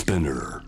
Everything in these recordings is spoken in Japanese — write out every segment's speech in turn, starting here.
Spinner.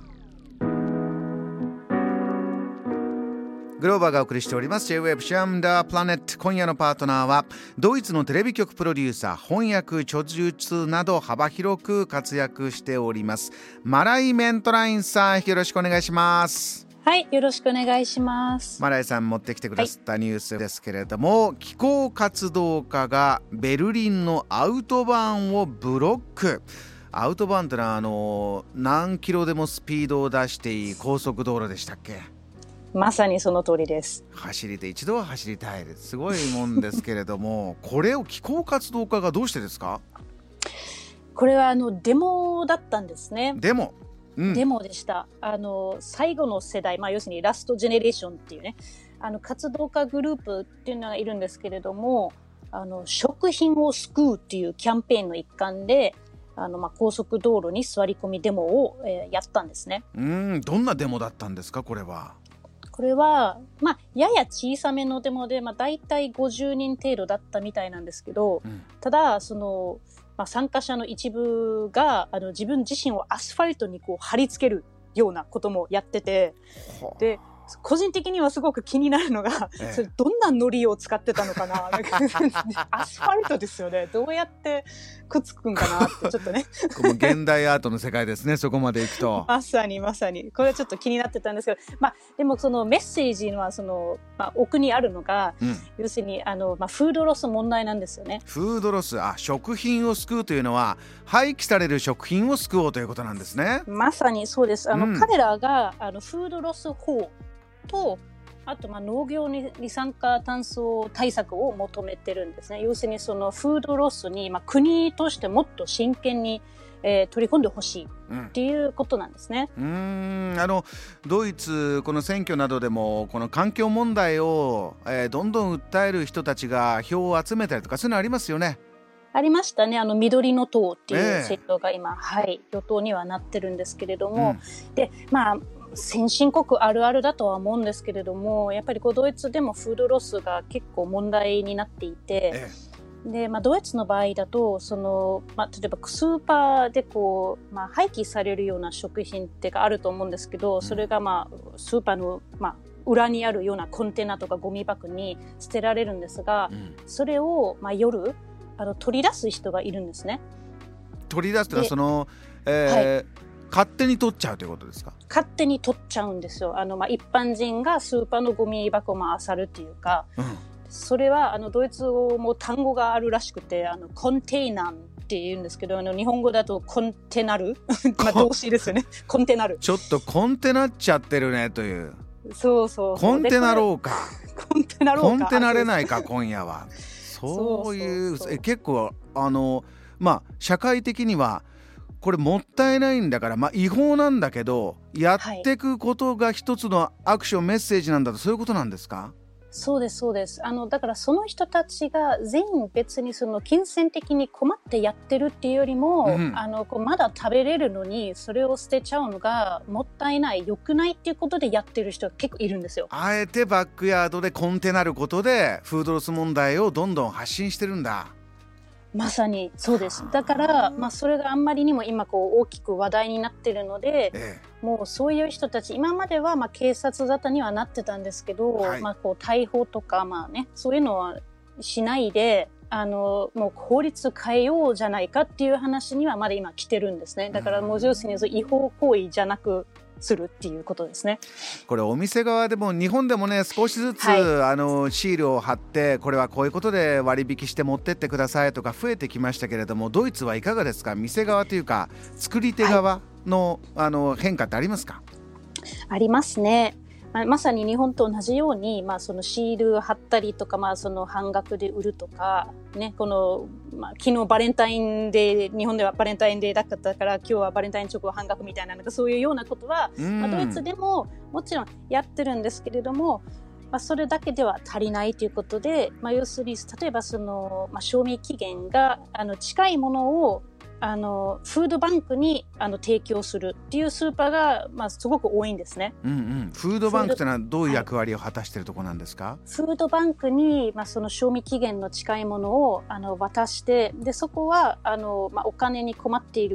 グローバーがお送りしております J-Web シャムダープラネット。今夜のパートナーはドイツのテレビ局プロデューサー、翻訳、著述など幅広く活躍しておりますマライ・メントラインさん、よろしくお願いします。 はい、よろしくお願いします。 マライさん持ってきてくださったニュースですけれども、気候活動家がベルリンのアウトバーンをブロック。アウトバーンってのは何キロでもスピードを出していい高速道路でしたっけ？ まさにその通りです。 一度は走りたいです。すごいもんですけれどもこれを気候活動家がどうしてですか？ これはデモだったんですね。 デモでした。最後の世代、要するにラストジェネレーションっていうね、活動家グループっていうのがいるんですけれども、食品を救うっていうキャンペーンの一環で高速道路に座り込みデモを、やったんですね。 どんなデモだったんですか？これはやや小さめのデモで、だいたい50人程度だったみたいなんですけど、ただ参加者の一部が自分自身をアスファルトに貼り付けるようなこともやってて、で個人的にはすごく気になるのが、それどんなノリを使ってたのかなアスファルトですよね。どうやってくっつくんかなってちょっとねこの現代アートの世界ですね。そこまでいくとまさにこれはちょっと気になってたんですけど、でもそのメッセージは奥にあるのが、要するにフードロス問題なんですよね。 フードロス、食品を救うというのは廃棄される食品を救おうということなんですね。 まさにそうです。彼らがフードロス法と、あと農業に二酸化炭素対策を求めてるんですね。要するにそのフードロスに、国としてもっと真剣に、取り込んでほしいっていうことなんですね。 ドイツ、この選挙などでもこの環境問題を、どんどん訴える人たちが票を集めたりとか、そういうのありますよね。 ありましたね。緑の党っていう政党が今、与党にはなってるんですけれども、で先進国あるあるだとは思うんですけれども、やっぱりドイツでもフードロスが結構問題になっていて、でドイツの場合だと例えばスーパーで廃棄されるような食品ってあると思うんですけど、それがスーパーの裏にあるようなコンテナとかゴミ箱に捨てられるんですが、それを夜取り出す人がいるんですね。 取り出すというのは勝手に取っちゃうということですか？ 勝手に取っちゃうんですよ。一般人がスーパーのゴミ箱を漁るっていうか、それはドイツ語も単語があるらしくて、コンテイナーって言うんですけど、日本語だとコンテナル動詞ですよね。コンテナル、 ちょっとコンテナっちゃってるねという。 そうコンテナろうかコンテナろうか、 コンテナれないか今夜はそういう結構社会的にはこれもったいないんだから、違法なんだけどやっていくことが一つのアクション、メッセージなんだと、そういうことなんですか？ そうです。だからその人たちが全員別に金銭的に困ってやってるっていうよりも、まだ食べれるのにそれを捨てちゃうのがもったいない、良くないっていうことでやってる人が結構いるんですよ。 あえてバックヤードでコンテナることでフードロス問題をどんどん発信してるんだ。 まさにそうです。だから、それがあんまりにも今大きく話題になってるので、もうそういう人たち、今までは警察沙汰にはなってたんですけど、逮捕とかそういうのはしないで、もう法律変えようじゃないかっていう話にはまだ今来てるんですね。だからもう要するに違法行為じゃなくするっていうことですね。 これお店側でも日本でもね、少しずつ、シールを貼って、これはこういうことで割引して持ってってくださいとか増えてきましたけれども、ドイツはいかがですか？店側というか作り手側の、変化ってありますか？ ありますね。まさに日本と同じように、そのシール貼ったりとか、その半額で売るとか、ね、昨日バレンタインデー、日本ではバレンタインデーだったから今日はバレンタインチョコ半額みたいな、そういうようなことは、ドイツでももちろんやってるんですけれども、それだけでは足りないということで、要するに例えば賞味期限が近いものをフードバンクに提供するっていうスーパーが、すごく多いんですね。 フードバンクというのはどういう役割を果たしているところなんですか？ フードバンクに、その賞味期限の近いものを渡して、でそこはお金に困っている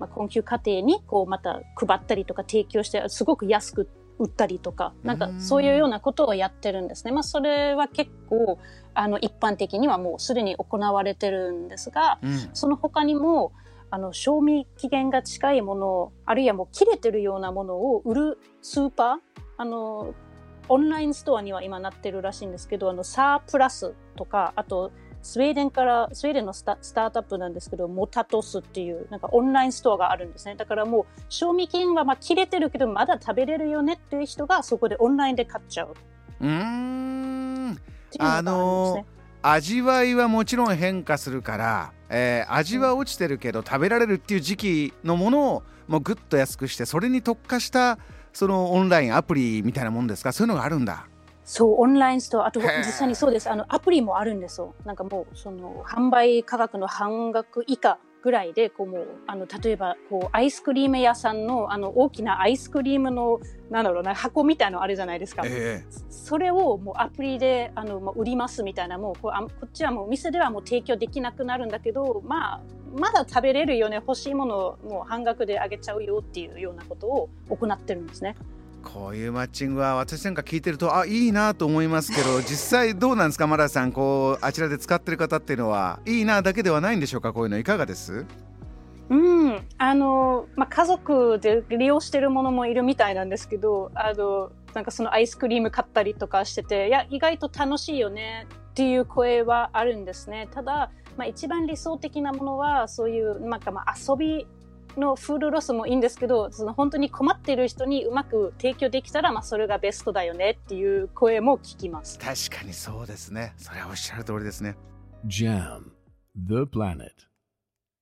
困窮家庭にこうまた配ったりとか提供してすごく安く売ったりとか、なんかそういうようなことをやってるんですね。それは結構一般的にはもうすでに行われてるんですが、その他にも賞味期限が近いもの、あるいはもう切れてるようなものを売るスーパー、オンラインストアには今なってるらしいんですけど、サープラスとか、あとスウェーデンのスタートアップなんですけど、モタトスっていうなんかオンラインストアがあるんですね。だからもう賞味期限は切れてるけどまだ食べれるよねっていう人がそこでオンラインで買っちゃう。 味わいはもちろん変化するから、味は落ちてるけど食べられるっていう時期のものをもうぐっと安くして、それに特化したそのオンラインアプリみたいなもんですか？そういうのがあるんだ。 そう、オンラインストア、あと実際にそうです。アプリもあるんですよ。なんかもうその販売価格の半額以下ぐらいで、こうもう例えばこうアイスクリーム屋さんの大きなアイスクリームの箱みたいなのあるじゃないですか。それをもうアプリで売りますみたいな、もうこっちはもう店ではもう提供できなくなるんだけど、まだ食べれるよね、欲しいものをもう半額であげちゃうよっていうようなことを行ってるんですね。 こういうマッチングは私なんか聞いてるといいなと思いますけど、実際どうなんですか、マラさん。こうあちらで使ってる方っていうのはいいなだけではないんでしょうか？こういうのいかがです？ 家族で利用してるものもいるみたいなんですけど、なんかそのアイスクリーム買ったりとかしてて、いや意外と楽しいよねっていう声はあるんですね。ただ、一番理想的なものはそういう遊びのフードロスもいいんですけど、その本当に困っている人にうまく提供できたら、それがベストだよねっていう声も聞きます。 確かにそうですね。それはおっしゃる通りですね。 JAM The Planet